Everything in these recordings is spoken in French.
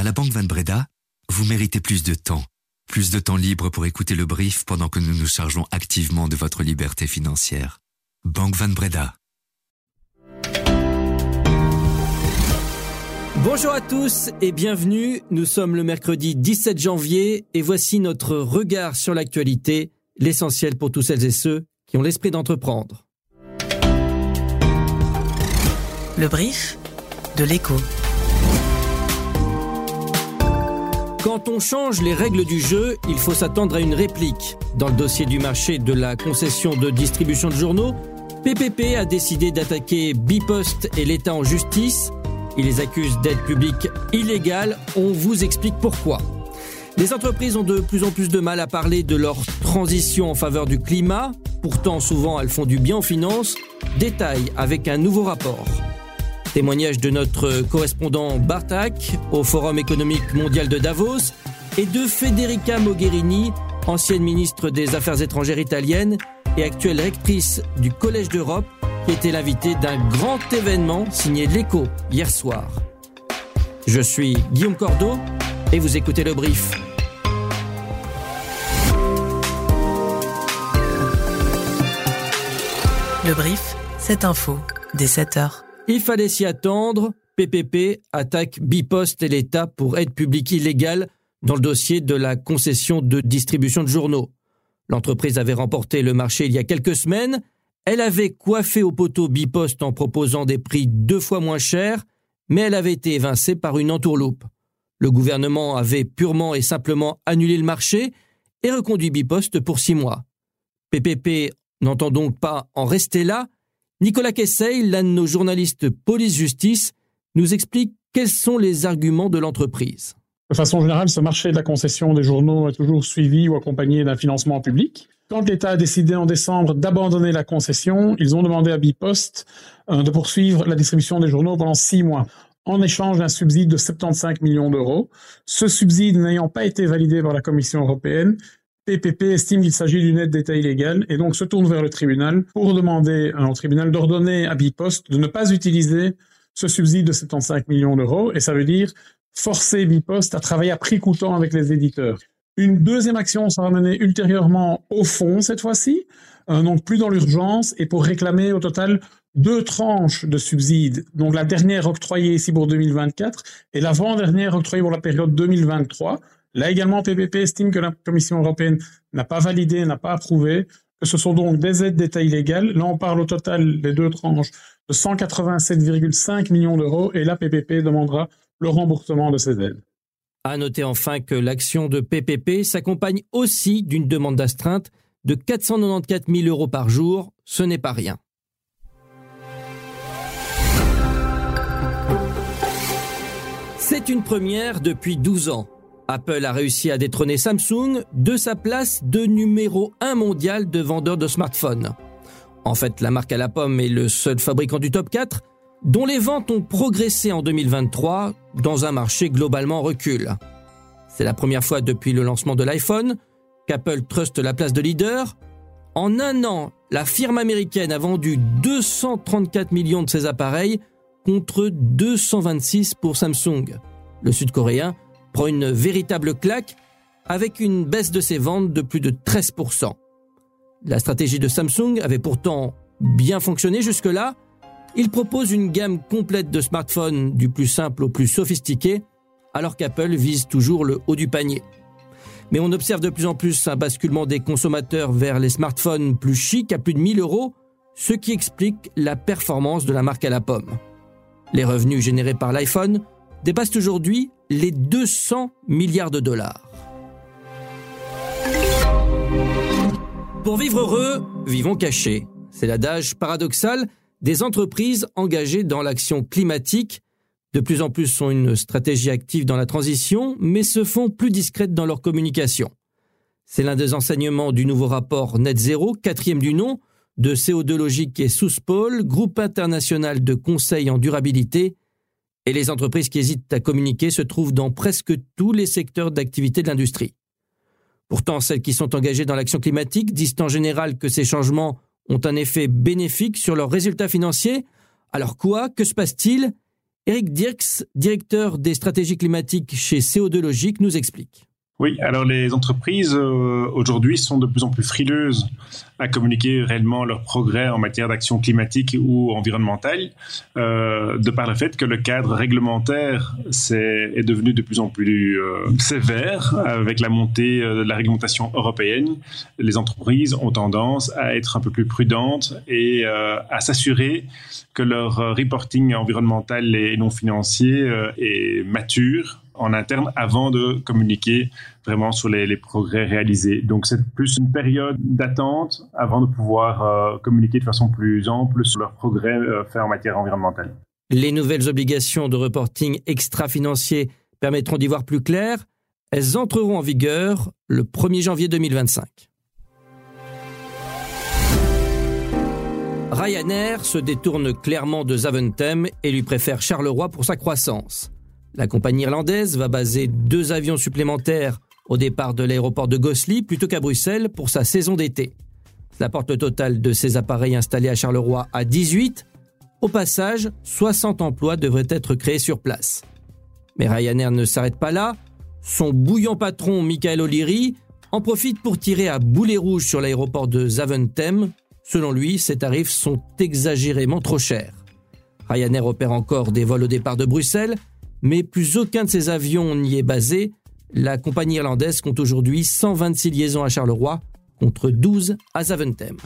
la Banque Van Breda, vous méritez plus de temps libre pour écouter le brief pendant que nous nous chargeons activement de votre liberté financière. Banque Van Breda. Bonjour à tous et bienvenue. Nous sommes le mercredi 17 janvier et voici notre regard sur l'actualité, l'essentiel pour tous celles et ceux qui ont l'esprit d'entreprendre. Le brief de l'Écho. Quand on change les règles du jeu, il faut s'attendre à une réplique. Dans le dossier du marché de la concession de distribution de journaux, PPP a décidé d'attaquer Bipost et l'État en justice. Il les accuse d'aide publique illégale. On vous explique pourquoi. Les entreprises ont de plus en plus de mal à parler de leur transition en faveur du climat. Pourtant, souvent, elles font du bien aux finances. Détail avec un nouveau rapport. Témoignage de notre correspondant Bartak au Forum économique mondial de Davos et de Federica Mogherini, ancienne ministre des Affaires étrangères italienne et actuelle rectrice du Collège d'Europe, qui était l'invité d'un grand événement signé l'Écho hier soir. Je suis Guillaume Cordeau et vous écoutez le brief. Le brief, cette info, dès 7h. Il fallait s'y attendre. PPP attaque Bipost et l'État pour aide publique illégale dans le dossier de la concession de distribution de journaux. L'entreprise avait remporté le marché il y a quelques semaines. Elle avait coiffé au poteau Bipost en proposant des prix 2 fois moins chers, mais elle avait été évincée par une entourloupe. Le gouvernement avait purement et simplement annulé le marché et reconduit Bipost pour 6 mois. PPP n'entend donc pas en rester là. Nicolas Kessay, l'un de nos journalistes police-justice, nous explique quels sont les arguments de l'entreprise. De façon générale, ce marché de la concession des journaux est toujours suivi ou accompagné d'un financement public. Quand l'État a décidé en décembre d'abandonner la concession, ils ont demandé à Bipost de poursuivre la distribution des journaux pendant 6 mois, en échange d'un subside de 75 millions d'euros. Ce subside n'ayant pas été validé par la Commission européenne, PPP estime qu'il s'agit d'une aide d'État illégale et donc se tourne vers le tribunal pour demander au tribunal d'ordonner à Bipost de ne pas utiliser ce subside de 75 millions d'euros et ça veut dire forcer Bipost à travailler à prix coûtant avec les éditeurs. Une deuxième action sera menée ultérieurement au fond cette fois-ci, donc plus dans l'urgence et pour réclamer au total 2 tranches de subsides. Donc la dernière octroyée ici pour 2024 et l'avant-dernière octroyée pour la période 2023. Là également, PPP estime que la Commission européenne n'a pas validé, n'a pas approuvé, que ce sont donc des aides d'État illégales. Là, on parle au total des 2 tranches de 187,5 millions d'euros et là, PPP demandera le remboursement de ces aides. À noter enfin que l'action de PPP s'accompagne aussi d'une demande d'astreinte de 494 000 euros par jour. Ce n'est pas rien. C'est une première depuis 12 ans. Apple a réussi à détrôner Samsung de sa place de numéro 1 mondial de vendeurs de smartphones. En fait, la marque à la pomme est le seul fabricant du top 4 dont les ventes ont progressé en 2023 dans un marché globalement en recul. C'est la première fois depuis le lancement de l'iPhone qu'Apple truste la place de leader. En un an, la firme américaine a vendu 234 millions de ses appareils contre 226 pour Samsung. Le Sud-Coréen prend une véritable claque avec une baisse de ses ventes de plus de 13%. La stratégie de Samsung avait pourtant bien fonctionné jusque-là. Il propose une gamme complète de smartphones du plus simple au plus sophistiqué, alors qu'Apple vise toujours le haut du panier. Mais on observe de plus en plus un basculement des consommateurs vers les smartphones plus chics à plus de 1 000 euros, ce qui explique la performance de la marque à la pomme. Les revenus générés par l'iPhone dépassent aujourd'hui les 200 milliards de dollars. Pour vivre heureux, vivons cachés. C'est l'adage paradoxal des entreprises engagées dans l'action climatique. De plus en plus ont une stratégie active dans la transition, mais se font plus discrètes dans leur communication. C'est l'un des enseignements du nouveau rapport Net Zero, 4e du nom, de CO2 Logique et Souspol, groupe international de conseil en durabilité. Et les entreprises qui hésitent à communiquer se trouvent dans presque tous les secteurs d'activité de l'industrie. Pourtant, celles qui sont engagées dans l'action climatique disent en général que ces changements ont un effet bénéfique sur leurs résultats financiers. Alors quoi ? Que se passe-t-il ? Eric Dirks, directeur des stratégies climatiques chez CO2 Logique, nous explique. Oui, alors les entreprises aujourd'hui sont de plus en plus frileuses à communiquer réellement leurs progrès en matière d'action climatique ou environnementale, de par le fait que le cadre réglementaire est devenu de plus en plus sévère avec la montée de la réglementation européenne. Les entreprises ont tendance à être un peu plus prudentes et à s'assurer que leur reporting environnemental et non financier est mature en interne avant de communiquer vraiment sur les progrès réalisés. Donc c'est plus une période d'attente avant de pouvoir communiquer de façon plus ample sur leurs progrès faits en matière environnementale. Les nouvelles obligations de reporting extra-financier permettront d'y voir plus clair. Elles entreront en vigueur le 1er janvier 2025. Ryanair se détourne clairement de Zaventem et lui préfère Charleroi pour sa croissance. La compagnie irlandaise va baser 2 avions supplémentaires au départ de l'aéroport de Gosselies plutôt qu'à Bruxelles pour sa saison d'été. Cela porte le total de ces appareils installés à Charleroi à 18. Au passage, 60 emplois devraient être créés sur place. Mais Ryanair ne s'arrête pas là. Son bouillant patron, Michael O'Leary, en profite pour tirer à boulet rouge sur l'aéroport de Zaventem. Selon lui, ces tarifs sont exagérément trop chers. Ryanair opère encore des vols au départ de Bruxelles, mais plus aucun de ces avions n'y est basé. La compagnie irlandaise compte aujourd'hui 126 liaisons à Charleroi contre 12 à Zaventem.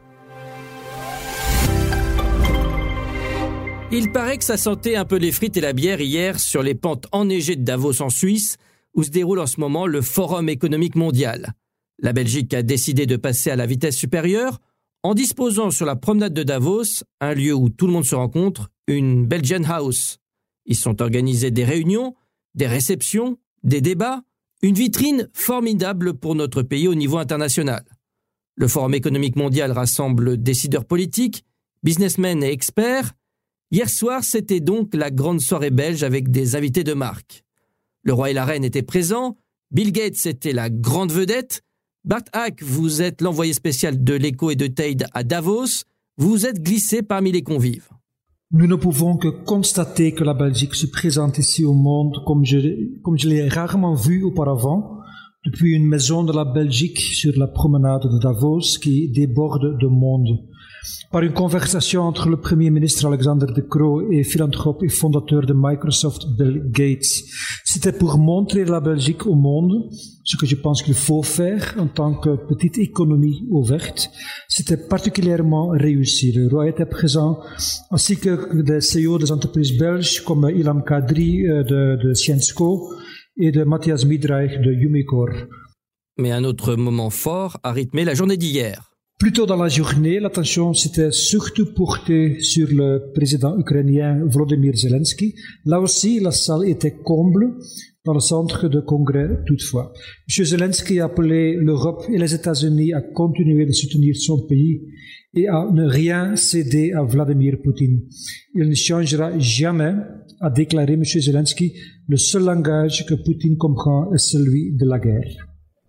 Il paraît que ça sentait un peu les frites et la bière hier sur les pentes enneigées de Davos en Suisse, où se déroule en ce moment le Forum économique mondial. La Belgique a décidé de passer à la vitesse supérieure en disposant sur la promenade de Davos, un lieu où tout le monde se rencontre, une Belgian House. Ils sont organisés des réunions, des réceptions, des débats, une vitrine formidable pour notre pays au niveau international. Le Forum économique mondial rassemble décideurs politiques, businessmen et experts. Hier soir, c'était donc la grande soirée belge avec des invités de marque. Le roi et la reine étaient présents, Bill Gates était la grande vedette, Bart Hack, vous êtes l'envoyé spécial de l'Echo et de Teide à Davos, vous vous êtes glissé parmi les convives. Nous ne pouvons que constater que la Belgique se présente ici au monde comme je l'ai rarement vu auparavant, depuis une maison de la Belgique sur la promenade de Davos qui déborde de monde. Par une conversation entre le Premier ministre Alexander De Croo et philanthrope et fondateur de Microsoft Bill Gates. C'était pour montrer la Belgique au monde, ce que je pense qu'il faut faire en tant que petite économie ouverte. C'était particulièrement réussi. Le roi était présent, ainsi que des CEO des entreprises belges comme Ilham Kadri de Syensqo et de Matthias Miedreich de Umicore. Mais un autre moment fort a rythmé la journée d'hier. Plus tôt dans la journée, l'attention s'était surtout portée sur le président ukrainien Volodymyr Zelensky. Là aussi, la salle était comble dans le centre de congrès toutefois. M. Zelensky a appelé l'Europe et les États-Unis à continuer de soutenir son pays et à ne rien céder à Vladimir Poutine. Il ne changera jamais, a déclaré M. Zelensky. Le seul langage que Poutine comprend est celui de la guerre.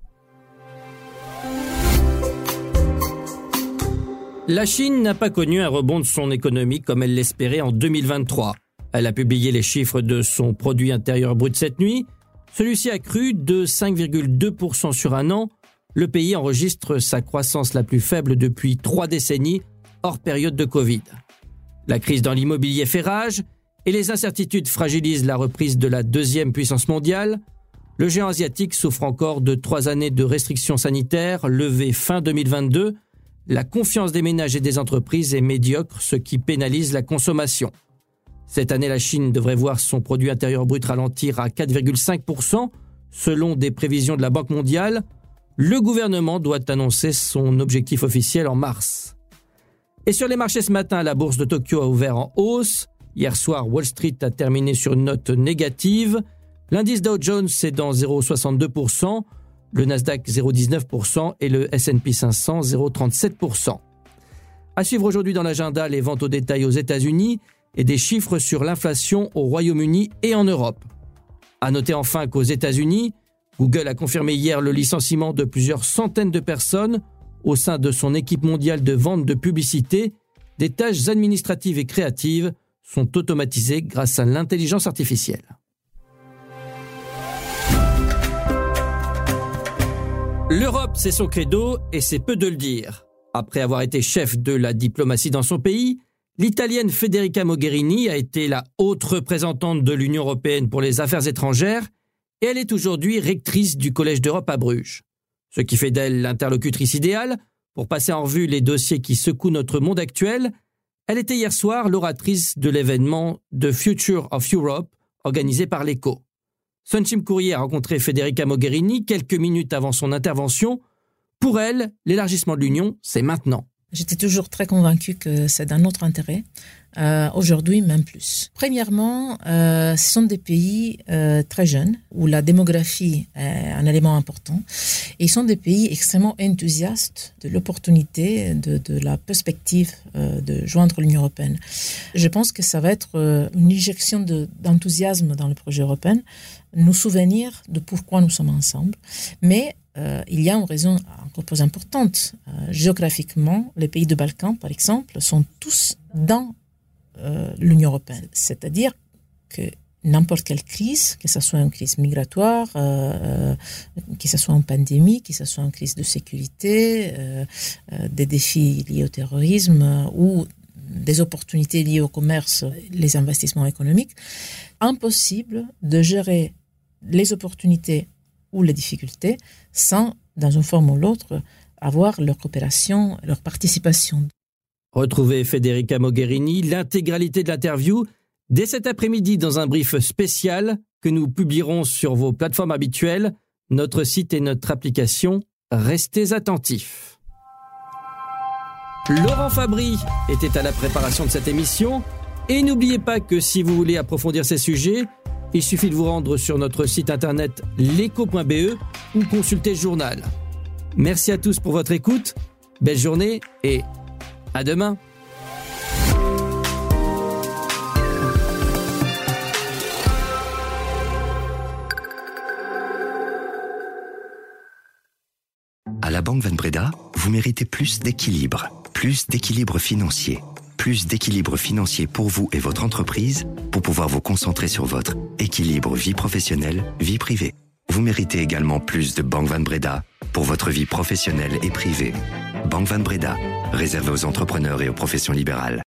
La Chine n'a pas connu un rebond de son économie comme elle l'espérait en 2023. Elle a publié les chiffres de son produit intérieur brut cette nuit. Celui-ci a cru de 5,2% sur un an. Le pays enregistre sa croissance la plus faible depuis 3 décennies, hors période de Covid. La crise dans l'immobilier fait rage et les incertitudes fragilisent la reprise de la 2e puissance mondiale. Le géant asiatique souffre encore de 3 années de restrictions sanitaires levées fin 2022. La confiance des ménages et des entreprises est médiocre, ce qui pénalise la consommation. Cette année, la Chine devrait voir son produit intérieur brut ralentir à 4,5%, selon des prévisions de la Banque mondiale. Le gouvernement doit annoncer son objectif officiel en mars. Et sur les marchés ce matin, la bourse de Tokyo a ouvert en hausse. Hier soir, Wall Street a terminé sur une note négative. L'indice Dow Jones est dans 0,62%. Le Nasdaq 0,19% et le S&P 500 0,37%. À suivre aujourd'hui dans l'agenda, les ventes au détail aux États-Unis et des chiffres sur l'inflation au Royaume-Uni et en Europe. À noter enfin qu'aux États-Unis, Google a confirmé hier le licenciement de plusieurs centaines de personnes au sein de son équipe mondiale de vente de publicité. Des tâches administratives et créatives sont automatisés grâce à l'intelligence artificielle. L'Europe, c'est son credo et c'est peu de le dire. Après avoir été chef de la diplomatie dans son pays, l'Italienne Federica Mogherini a été la haute représentante de l'Union européenne pour les affaires étrangères et elle est aujourd'hui rectrice du Collège d'Europe à Bruges. Ce qui fait d'elle l'interlocutrice idéale pour passer en revue les dossiers qui secouent notre monde actuel. Elle était hier soir l'oratrice de l'événement The Future of Europe organisé par l'ECHO. Sunchim Courier a rencontré Federica Mogherini quelques minutes avant son intervention. Pour elle, l'élargissement de l'Union, c'est maintenant. J'étais toujours très convaincue que c'est dans notre intérêt, aujourd'hui même plus. Premièrement, ce sont des pays très jeunes, où la démographie est un élément important, et ils sont des pays extrêmement enthousiastes de l'opportunité, de la perspective de joindre l'Union européenne. Je pense que ça va être une injection d'enthousiasme dans le projet européen, nous souvenir de pourquoi nous sommes ensemble, mais il y a une raison encore plus importante. Géographiquement, les pays de Balkans, par exemple, sont tous dans l'Union européenne. C'est-à-dire que n'importe quelle crise, que ce soit une crise migratoire, que ce soit une pandémie, que ce soit une crise de sécurité, des défis liés au terrorisme ou des opportunités liées au commerce, les investissements économiques, impossible de gérer les opportunités ou les difficultés sans, dans une forme ou l'autre, avoir leur coopération, leur participation. Retrouvez Federica Mogherini, l'intégralité de l'interview, dès cet après-midi dans un brief spécial que nous publierons sur vos plateformes habituelles, notre site et notre application. Restez attentifs. Laurent Fabry était à la préparation de cette émission. Et n'oubliez pas que si vous voulez approfondir ces sujets, il suffit de vous rendre sur notre site internet leco.be ou consulter le journal. Merci à tous pour votre écoute, belle journée et à demain. À la Banque Van Breda, vous méritez plus d'équilibre financier. Plus d'équilibre financier pour vous et votre entreprise pour pouvoir vous concentrer sur votre équilibre vie professionnelle, vie privée. Vous méritez également plus de Banque Van Breda pour votre vie professionnelle et privée. Banque Van Breda, réservée aux entrepreneurs et aux professions libérales.